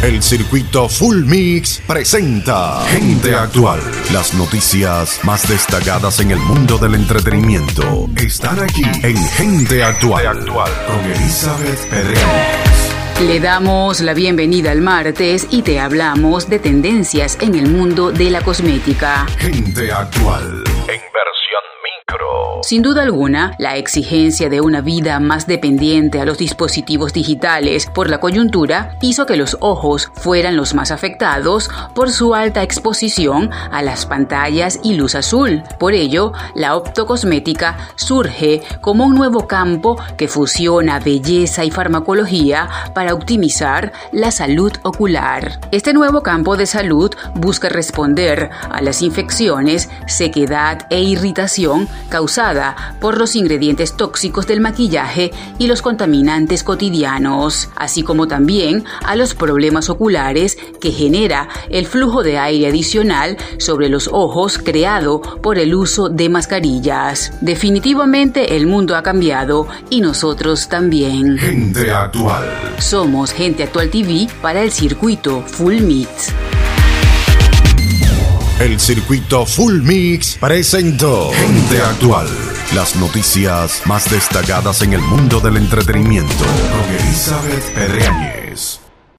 El circuito Full Mix presenta Gente Actual. Las noticias más destacadas en el mundo del entretenimiento están aquí en Gente Actual, con Elizabeth Pedreñez. Le damos la bienvenida al martes y te hablamos de tendencias en el mundo de la cosmética. Gente Actual, en versión micro. Sin duda alguna, la exigencia de una vida más dependiente a los dispositivos digitales por la coyuntura hizo que los ojos fueran los más afectados por su alta exposición a las pantallas y luz azul. Por ello, la optocosmética surge como un nuevo campo que fusiona belleza y farmacología para optimizar la salud ocular. Este nuevo campo de salud busca responder a las infecciones, sequedad e irritación causada por los ingredientes tóxicos del maquillaje y los contaminantes cotidianos, así como también a los problemas oculares que genera el flujo de aire adicional sobre los ojos creado por el uso de mascarillas. Definitivamente el mundo ha cambiado y nosotros también. Gente Actual. Somos Gente Actual TV para el circuito Full Mix. El circuito Full Mix presentó Gente Actual. Las noticias más destacadas en el mundo del entretenimiento con Elizabeth Pedreñez.